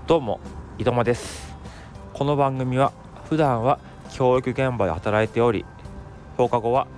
どうも、井戸間です。この番組は普段は教育現場で働いており、放課後は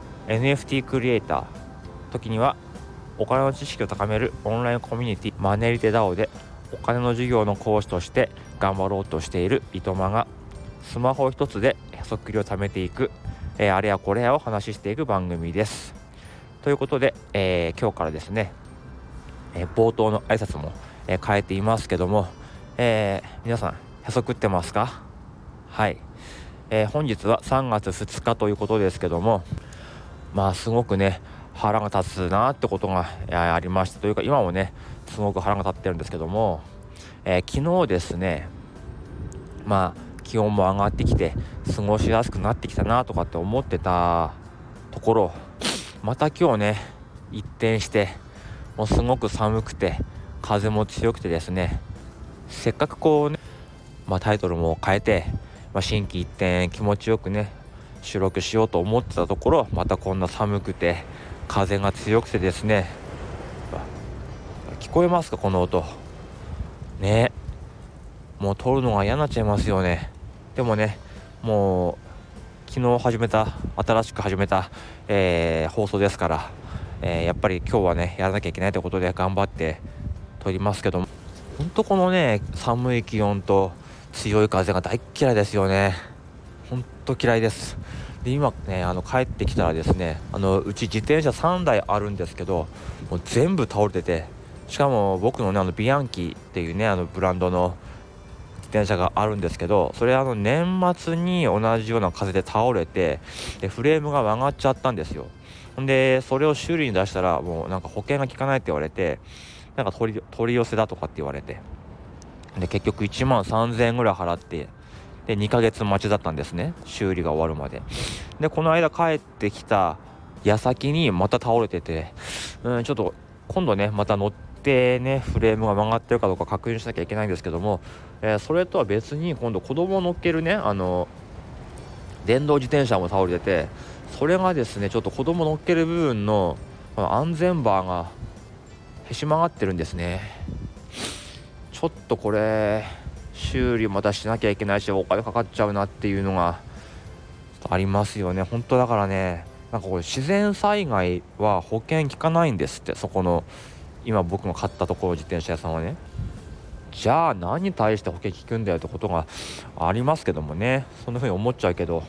NFT クリエイター、時にはお金の知識を高めるオンラインコミュニティマネリテ DAO でお金の授業の講師として頑張ろうとしている井戸間がスマホ一つでへそくりを貯めていく、あれやこれやを話していく番組です。ということで、今日からですね、冒頭の挨拶も、変えていますけども、皆さんへそくってますか？はい、本日は3月2日ということですけども、すごくね腹が立つなってことがありましたというか、今もねすごく腹が立ってるんですけども、昨日ですね、気温も上がってきて過ごしやすくなってきたなとかって思ってたところ、また今日ね一転してもうすごく寒くて風も強くてですね、せっかくこうね、タイトルも変えて、心機一転気持ちよくね収録しようと思ってたところ、またこんな寒くて風が強くてですね、聞こえますかこの音ね。もう撮るのが嫌になっちゃいますよね。でもね、もう昨日新しく始めた、放送ですから、やっぱり今日はねやらなきゃいけないということで頑張って撮りますけども、本当このね寒い気温と強い風が大嫌いですよね。本当嫌いです。で今ね帰ってきたらですね、うち自転車3台あるんですけど、もう全部倒れてて、しかも僕のねビアンキっていうねブランドの自転車があるんですけど、それ年末に同じような風で倒れて、でフレームが曲がっちゃったんですよ。でそれを修理に出したらもう保険が効かないって言われて、取り寄せだとかって言われて、で結局1万3000円ぐらい払って、で2ヶ月待ちだったんですね、修理が終わるまで。でこの間帰ってきた矢先にまた倒れてて、ちょっと今度ねまた乗ってねフレームが曲がってるかどうか確認しなきゃいけないんですけども、それとは別に今度子供を乗っけるね電動自転車も倒れてて、それがですねちょっと子供乗っける部分の安全バーがへし曲がってるんですね。ちょっとこれ修理またしなきゃいけないし、お金かかっちゃうなっていうのがありますよね。本当だからね、これ自然災害は保険効かないんですって、そこの今僕が買ったところ自転車屋さんはね。じゃあ何に対して保険効くんだよってことがありますけどもね、そんな風に思っちゃうけど、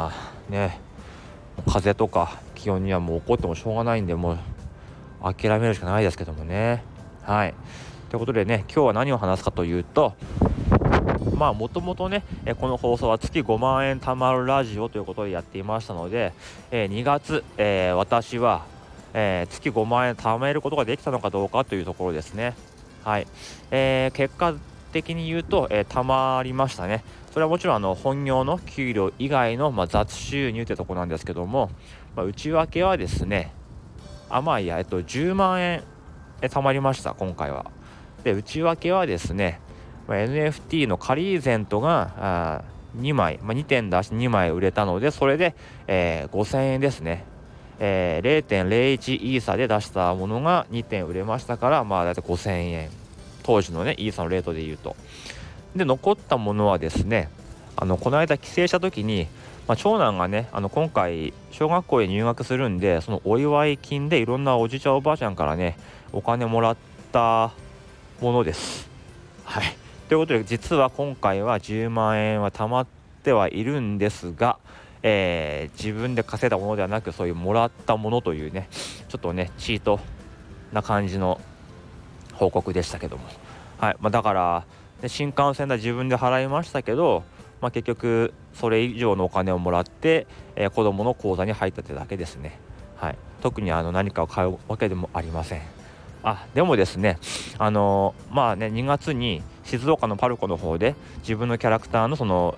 風とか気温にはもう怒ってもしょうがないんで、もう諦めるしかないですけどもね。はい、ということでね、今日は何を話すかというと、もともとねこの放送は月5万円貯まるラジオということでやっていましたので、2月、私は、月5万円貯めることができたのかどうかというところですね。はい、結果的に言うと、貯まりましたね。それはもちろん本業の給料以外の、雑収入というところなんですけども、内訳はですね、10万円貯まりました今回は。で内訳はですね、NFT のカリーゼントが2枚、2点出して2枚売れたので、それで、5000円ですね。0.01 イーサで出したものが2点売れましたから、だいたい5000円、当時のねイーサのレートで言うと。で残ったものはですね、この間帰省した時に、長男がね今回小学校へ入学するんで、そのお祝い金でいろんなおじいちゃんおばあちゃんからねお金もらったものです。はい、ということで実は今回は10万円は貯まってはいるんですが、自分で稼いだものではなく、そういうもらったものというね、ちょっとねチートな感じの報告でしたけども、はい、だから新幹線代自分で払いましたけど、結局それ以上のお金をもらって、子供の口座に入ったというだけですね。はい、特に何かを買うわけでもありません。でもですね、2月に静岡のパルコの方で自分のキャラクターのその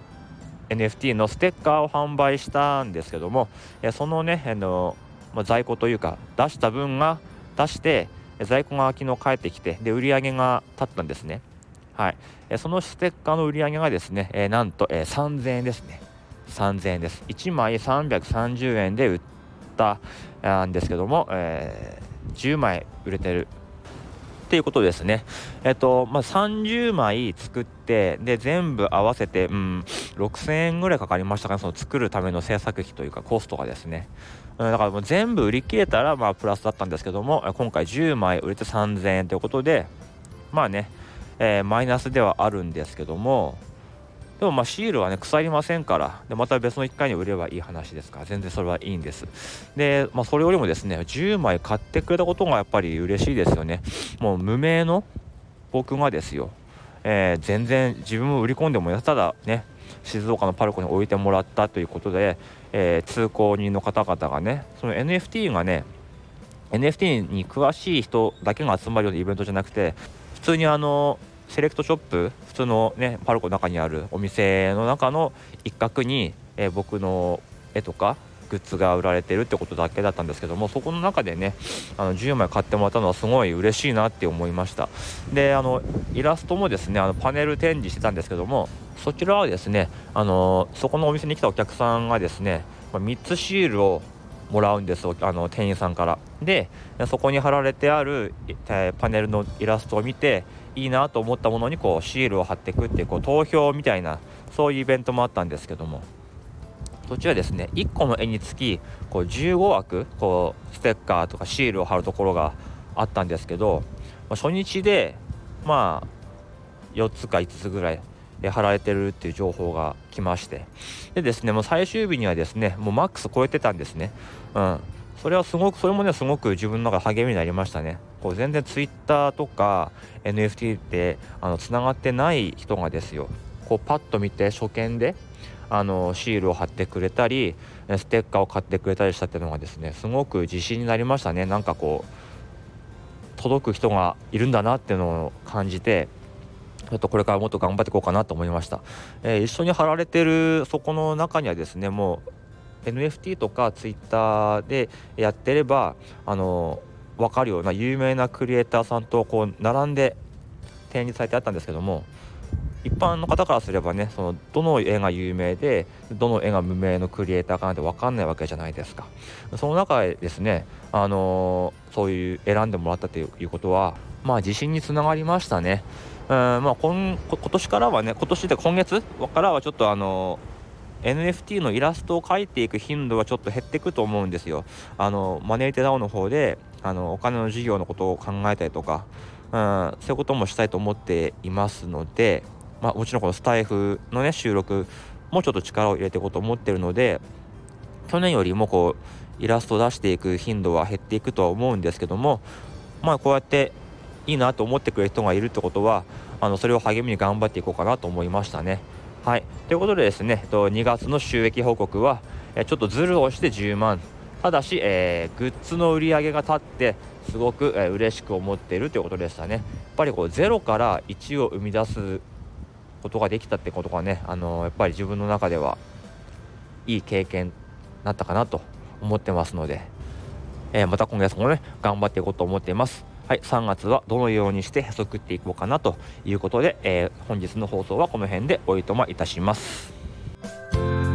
NFT のステッカーを販売したんですけども、そのね在庫というか出した分が出して在庫が昨日返ってきて、で売り上げが立ったんですね。はい、そのステッカーの売り上げがですね、なんと、3000円ですね。3000円です。1枚330円で売ったんですけども、10枚売れてる。 っていうことですね。30枚作って、で全部合わせて、6000円ぐらいかかりましたかね、その作るための制作費というかコストがですね。だからもう全部売り切れたらプラスだったんですけども、今回10枚売れて3000円ということで、マイナスではあるんですけども、でもシールはね腐りませんから、でまた別の1回に売ればいい話ですから、全然それはいいんです。で、それよりもですね、10枚買ってくれたことがやっぱり嬉しいですよね。もう無名の僕がですよ、全然自分も売り込んでもただね、静岡のパルコに置いてもらったということで、通行人の方々がね、その NFT がね、NFT に詳しい人だけが集まるようなイベントじゃなくて、普通にセレクトショップ、普通のねパルコの中にあるお店の中の一角に、僕の絵とかグッズが売られてるってことだけだったんですけども、そこの中でね10枚買ってもらったのはすごい嬉しいなって思いました。でイラストもですねパネル展示してたんですけども、そちらはですねそこのお店に来たお客さんがですね、3つシールをもらうんです、店員さんから。でそこに貼られてある、パネルのイラストを見ていいなと思ったものにこうシールを貼っていくっていう、投票みたいな、そういうイベントもあったんですけども、そちらですね1個の絵につき15枠ステッカーとかシールを貼るところがあったんですけど、初日で4つか5つぐらい貼られてるっていう情報が来まして、でですねもう最終日にはですねもうマックス超えてたんですね。それもねすごく自分の中で励みになりましたね。全然ツイッターとか NFT ってつながってない人がですよ、パッと見て初見でシールを貼ってくれたりステッカーを買ってくれたりしたっていうのがですね、すごく自信になりましたね。なんか届く人がいるんだなっていうのを感じて、ちょっとこれからもっと頑張っていこうかなと思いました。一緒に貼られてるそこの中にはですね、もう NFT とか Twitter でやってれば分かるような有名なクリエイターさんと並んで展示されてあったんですけども、一般の方からすればね、どの絵が有名でどの絵が無名のクリエイターかなんて分かんないわけじゃないですか。その中でですね、そういう選んでもらったということは自信につながりましたね。今年からはね、今月からはちょっとNFT のイラストを描いていく頻度はちょっと減っていくと思うんですよ。マネーテダオの方でお金の事業のことを考えたりとか、そういうこともしたいと思っていますので、もちろんこのスタイフのね収録もちょっと力を入れていこうと思っているので、去年よりもイラストを出していく頻度は減っていくとは思うんですけども、こうやっていいなと思ってくれる人がいるってことはそれを励みに頑張っていこうかなと思いましたね。はい、ということでですね、2月の収益報告はちょっとズルをして10万、ただし、グッズの売り上げが立ってすごく、嬉しく思っているということでしたね。やっぱり0から1を生み出すことができたってことがね、やっぱり自分の中ではいい経験になったかなと思ってますので、また今月もね頑張っていこうと思っています。はい、3月はどのようにしてへそくっていこうかなということで、本日の放送はこの辺でおいとまいたします。